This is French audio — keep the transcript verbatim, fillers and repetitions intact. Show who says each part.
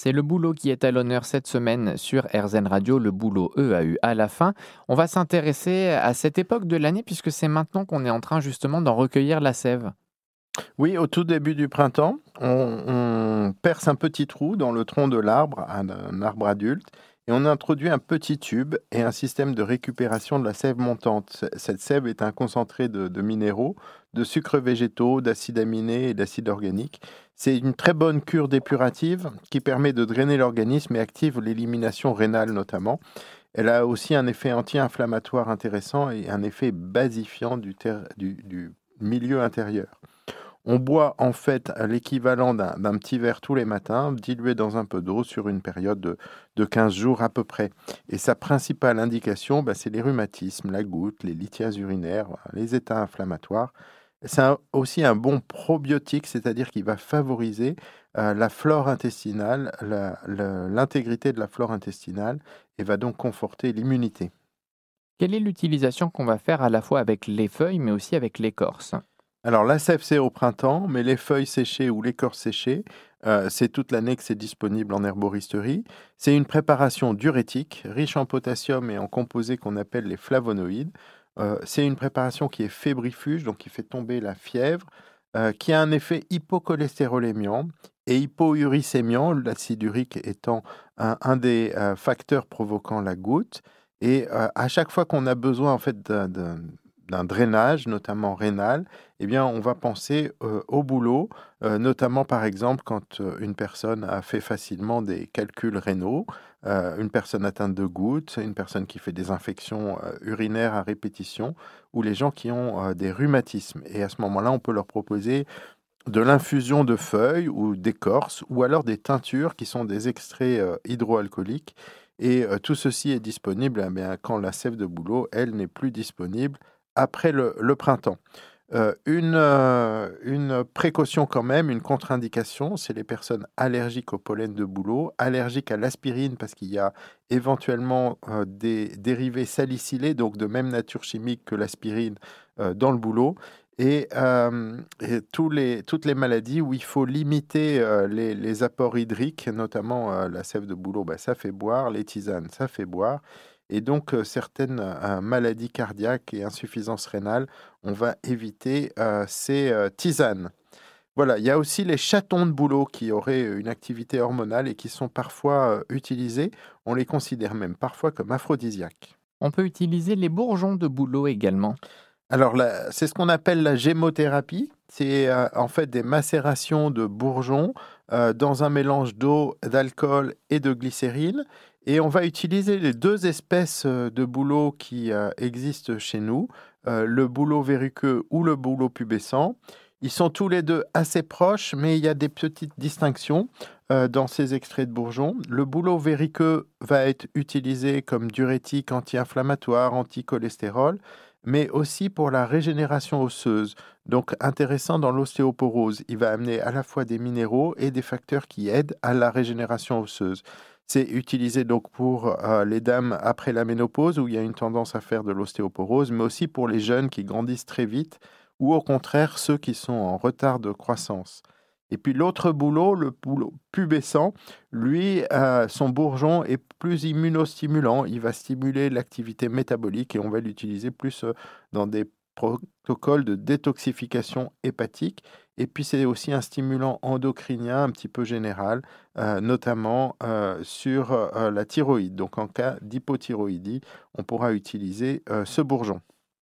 Speaker 1: C'est le boulot qui est à l'honneur cette semaine sur R Z N Radio, le boulot E A U à la fin. On va s'intéresser à cette époque de l'année puisque c'est maintenant qu'on est en train justement d'en recueillir la sève.
Speaker 2: Oui, au tout début du printemps, on, on perce un petit trou dans le tronc de l'arbre, un, un arbre adulte, et on introduit un petit tube et un système de récupération de la sève montante. C- Cette sève est un concentré de, de minéraux, de sucres végétaux, d'acides aminés et d'acides organiques. C'est une très bonne cure dépurative qui permet de drainer l'organisme et active l'élimination rénale notamment. Elle a aussi un effet anti-inflammatoire intéressant et un effet basifiant du, ter- du du milieu intérieur. On boit en fait l'équivalent d'un d'un petit verre tous les matins, dilué dans un peu d'eau sur une période de, de quinze jours à peu près. Et sa principale indication, bah, c'est les rhumatismes, la goutte, les lithiases urinaires, voilà, les états inflammatoires. C'est un- aussi un bon probiotique, c'est-à-dire qu'il va favoriser euh, la flore intestinale, la- la- l'intégrité de la flore intestinale, et va donc conforter l'immunité.
Speaker 1: Quelle est l'utilisation qu'on va faire à la fois avec les feuilles mais aussi avec l'écorce?
Speaker 2: Alors la sève, c'est au printemps, mais les feuilles séchées ou l'écorce séchée, euh, c'est toute l'année que c'est disponible en herboristerie. C'est une préparation diurétique, riche en potassium et en composés qu'on appelle les flavonoïdes. Euh, c'est une préparation qui est fébrifuge, donc qui fait tomber la fièvre, euh, qui a un effet hypocholestérolémiant et hypouricémiant, l'acide urique étant un, un des euh, facteurs provoquant la goutte. Et euh, à chaque fois qu'on a besoin en fait d'un d'un- d'un drainage, notamment rénal, eh bien, on va penser euh, au boulot, euh, notamment par exemple quand euh, une personne a fait facilement des calculs rénaux, euh, une personne atteinte de gouttes, une personne qui fait des infections euh, urinaires à répétition, ou les gens qui ont euh, des rhumatismes. Et à ce moment-là, on peut leur proposer de l'infusion de feuilles ou d'écorce, ou alors des teintures qui sont des extraits euh, hydroalcooliques. Et euh, tout ceci est disponible eh bien, quand la sève de bouleau, elle, n'est plus disponible après le le printemps. Heu, une, heu, une précaution quand même, une contre-indication, c'est les personnes allergiques au pollen de bouleau, allergiques à l'aspirine parce qu'il y a éventuellement, heu, des dérivés salicylés, donc de même nature chimique que l'aspirine, heu, dans le bouleau et hem et tous les toutes les maladies où il faut limiter, heu, les les apports hydriques, notamment, heu, la sève de bouleau, bah, ça fait boire, les tisanes, ça fait boire et donc heu, certaines, heu, maladies cardiaques et insuffisances rénales, on va éviter euh, ces euh, tisanes. Voilà, il y a aussi les chatons de bouleau qui auraient une activité hormonale et qui sont parfois euh, utilisés. On les considère même parfois comme aphrodisiaques.
Speaker 1: On peut utiliser les bourgeons de bouleau également.
Speaker 2: Alors, la- c'est ce qu'on appelle la gémothérapie. C'est euh, en fait des macérations de bourgeons euh, dans un mélange d'eau, d'alcool et de glycérine. Et on va utiliser les deux espèces euh, de bouleau qui euh, existent chez nous, euh, le bouleau verruqueux ou le bouleau pubescent. Ils sont tous les deux assez proches, mais il y a des petites distinctions euh, dans ces extraits de bourgeons. Le bouleau verruqueux va être utilisé comme diurétique anti-inflammatoire, anti-cholestérol, mais aussi pour la régénération osseuse. Donc intéressant dans l'ostéoporose. Il va amener à la fois des minéraux et des facteurs qui aident à la régénération osseuse. C'est utilisé donc pour euh, les dames après la ménopause où il y a une tendance à faire de l'ostéoporose, mais aussi pour les jeunes qui grandissent très vite ou au contraire ceux qui sont en retard de croissance. Et puis l'autre boulot, le boulot pubescent, lui, euh, son bourgeon est plus immunostimulant. Il va stimuler l'activité métabolique et on va l'utiliser plus euh, dans des protocoles de détoxification hépatique. Et puis c'est aussi un stimulant endocrinien un petit peu général, euh, notamment euh, sur euh, la thyroïde. Donc en cas d'hypothyroïdie, on pourra utiliser euh, ce bourgeon.